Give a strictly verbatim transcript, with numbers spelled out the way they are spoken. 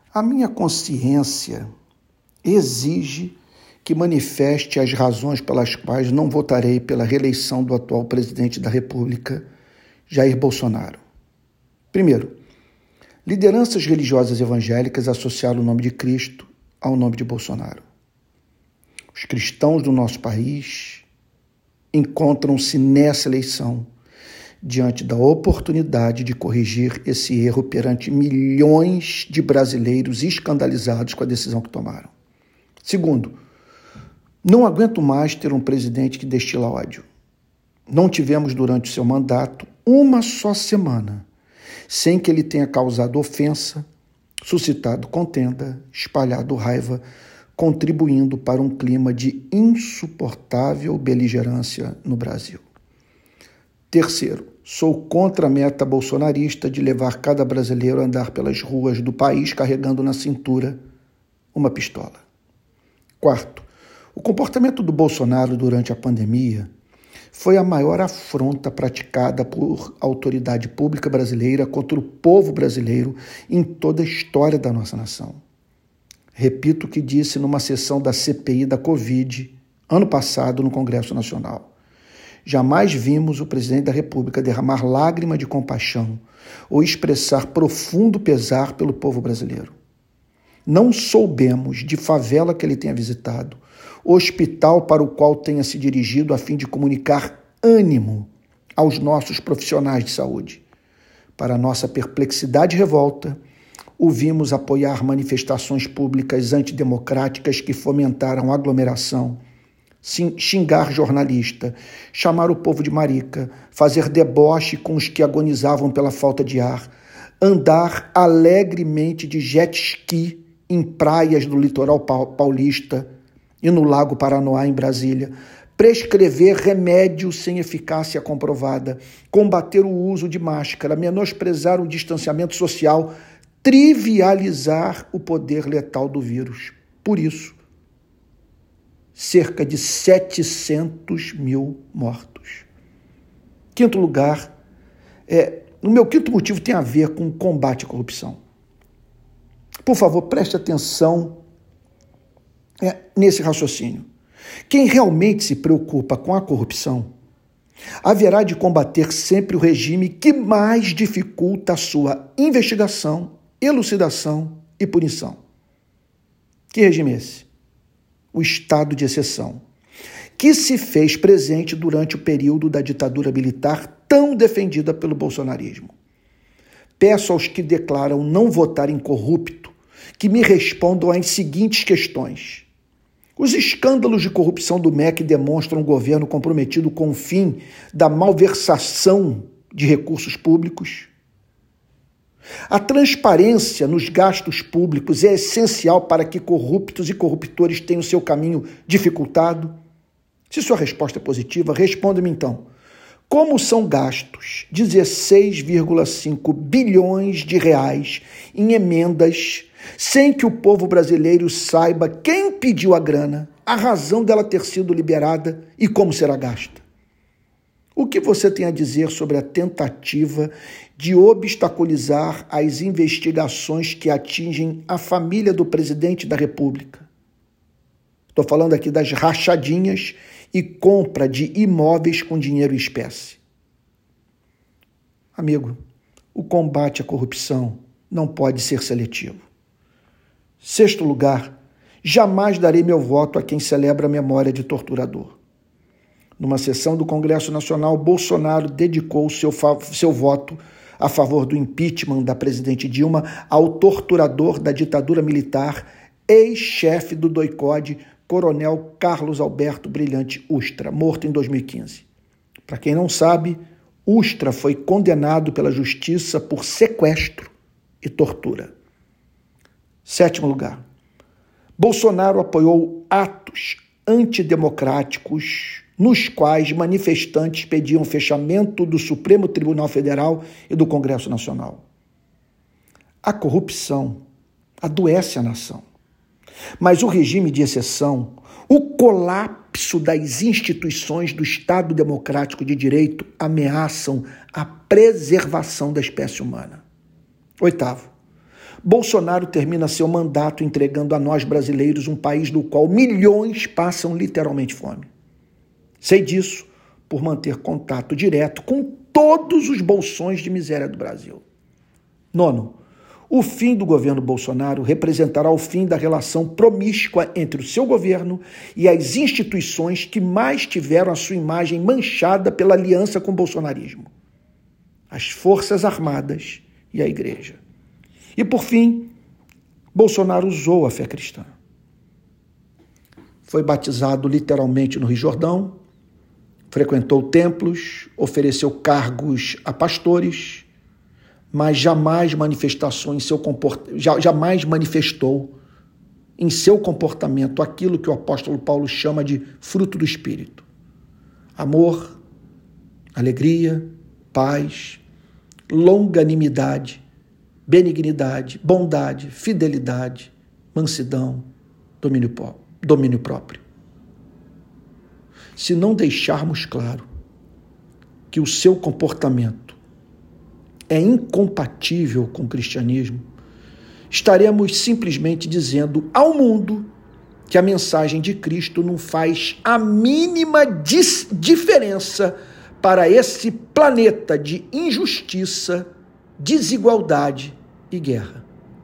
A minha consciência exige que manifeste as razões pelas quais não votarei pela reeleição do atual presidente da República, Jair Bolsonaro. Primeiro, lideranças religiosas evangélicas associaram o nome de Cristo ao nome de Bolsonaro. Os cristãos do nosso país encontram-se nessa eleição diante da oportunidade de corrigir esse erro perante milhões de brasileiros escandalizados com a decisão que tomaram. Segundo, não aguento mais ter um presidente que destila ódio. Não tivemos durante o seu mandato uma só semana sem que ele tenha causado ofensa, suscitado contenda, espalhado raiva, contribuindo para um clima de insuportável beligerância no Brasil. Terceiro, sou contra a meta bolsonarista de levar cada brasileiro a andar pelas ruas do país carregando na cintura uma pistola. Quarto, o comportamento do Bolsonaro durante a pandemia foi a maior afronta praticada por autoridade pública brasileira contra o povo brasileiro em toda a história da nossa nação. Repito o que disse numa sessão da C P I da Covid, ano passado, no Congresso Nacional. Jamais vimos o presidente da República derramar lágrima de compaixão ou expressar profundo pesar pelo povo brasileiro. Não soubemos de favela que ele tenha visitado, hospital para o qual tenha se dirigido a fim de comunicar ânimo aos nossos profissionais de saúde. Para nossa perplexidade e revolta, o vimos apoiar manifestações públicas antidemocráticas que fomentaram aglomeração, xingar jornalista, chamar o povo de marica, fazer deboche com os que agonizavam pela falta de ar, andar alegremente de jet ski em praias do litoral paulista e no Lago Paranoá, em Brasília, prescrever remédio sem eficácia comprovada, combater o uso de máscara, menosprezar o distanciamento social, trivializar o poder letal do vírus. Por isso, cerca de setecentos mil mortos. Quinto lugar, é, o meu quinto motivo tem a ver com o combate à corrupção. Por favor, preste atenção é, nesse raciocínio. Quem realmente se preocupa com a corrupção haverá de combater sempre o regime que mais dificulta a sua investigação, elucidação e punição. Que regime é esse? O estado de exceção, que se fez presente durante o período da ditadura militar tão defendida pelo bolsonarismo. Peço aos que declaram não votar em corrupto que me respondam às seguintes questões. Os escândalos de corrupção do M E C demonstram um governo comprometido com o fim da malversação de recursos públicos? A transparência nos gastos públicos é essencial para que corruptos e corruptores tenham seu caminho dificultado? Se sua resposta é positiva, responda-me então. Como são gastos dezesseis vírgula cinco bilhões de reais em emendas sem que o povo brasileiro saiba quem pediu a grana, a razão dela ter sido liberada e como será gasta? O que você tem a dizer sobre a tentativa de obstaculizar as investigações que atingem a família do presidente da República? Estou falando aqui das rachadinhas e compra de imóveis com dinheiro em espécie. Amigo, o combate à corrupção não pode ser seletivo. Sexto lugar, jamais darei meu voto a quem celebra a memória de torturador. Numa sessão do Congresso Nacional, Bolsonaro dedicou seu, seu voto a favor do impeachment da presidente Dilma ao torturador da ditadura militar, ex-chefe do doicode, Coronel Carlos Alberto Brilhante Ustra, morto em dois mil e quinze. Para quem não sabe, Ustra foi condenado pela justiça por sequestro e tortura. Sétimo lugar, Bolsonaro apoiou atos antidemocráticos nos quais manifestantes pediam fechamento do Supremo Tribunal Federal e do Congresso Nacional. A corrupção adoece a nação, mas o regime de exceção, o colapso das instituições do Estado Democrático de Direito ameaçam a preservação da espécie humana. Oitavo, Bolsonaro termina seu mandato entregando a nós brasileiros um país no qual milhões passam literalmente fome. Sei disso por manter contato direto com todos os bolsões de miséria do Brasil. Nono, o fim do governo Bolsonaro representará o fim da relação promíscua entre o seu governo e as instituições que mais tiveram a sua imagem manchada pela aliança com o bolsonarismo: as Forças Armadas e a Igreja. E, por fim, Bolsonaro usou a fé cristã. Foi batizado literalmente no Rio Jordão, frequentou templos, ofereceu cargos a pastores, mas jamais manifestou em seu comport... jamais manifestou em seu comportamento aquilo que o apóstolo Paulo chama de fruto do Espírito: amor, alegria, paz, longanimidade, benignidade, bondade, fidelidade, mansidão, domínio, domínio próprio. Se não deixarmos claro que o seu comportamento é incompatível com o cristianismo, estaremos simplesmente dizendo ao mundo que a mensagem de Cristo não faz a mínima dis- diferença para esse planeta de injustiça, desigualdade e guerra.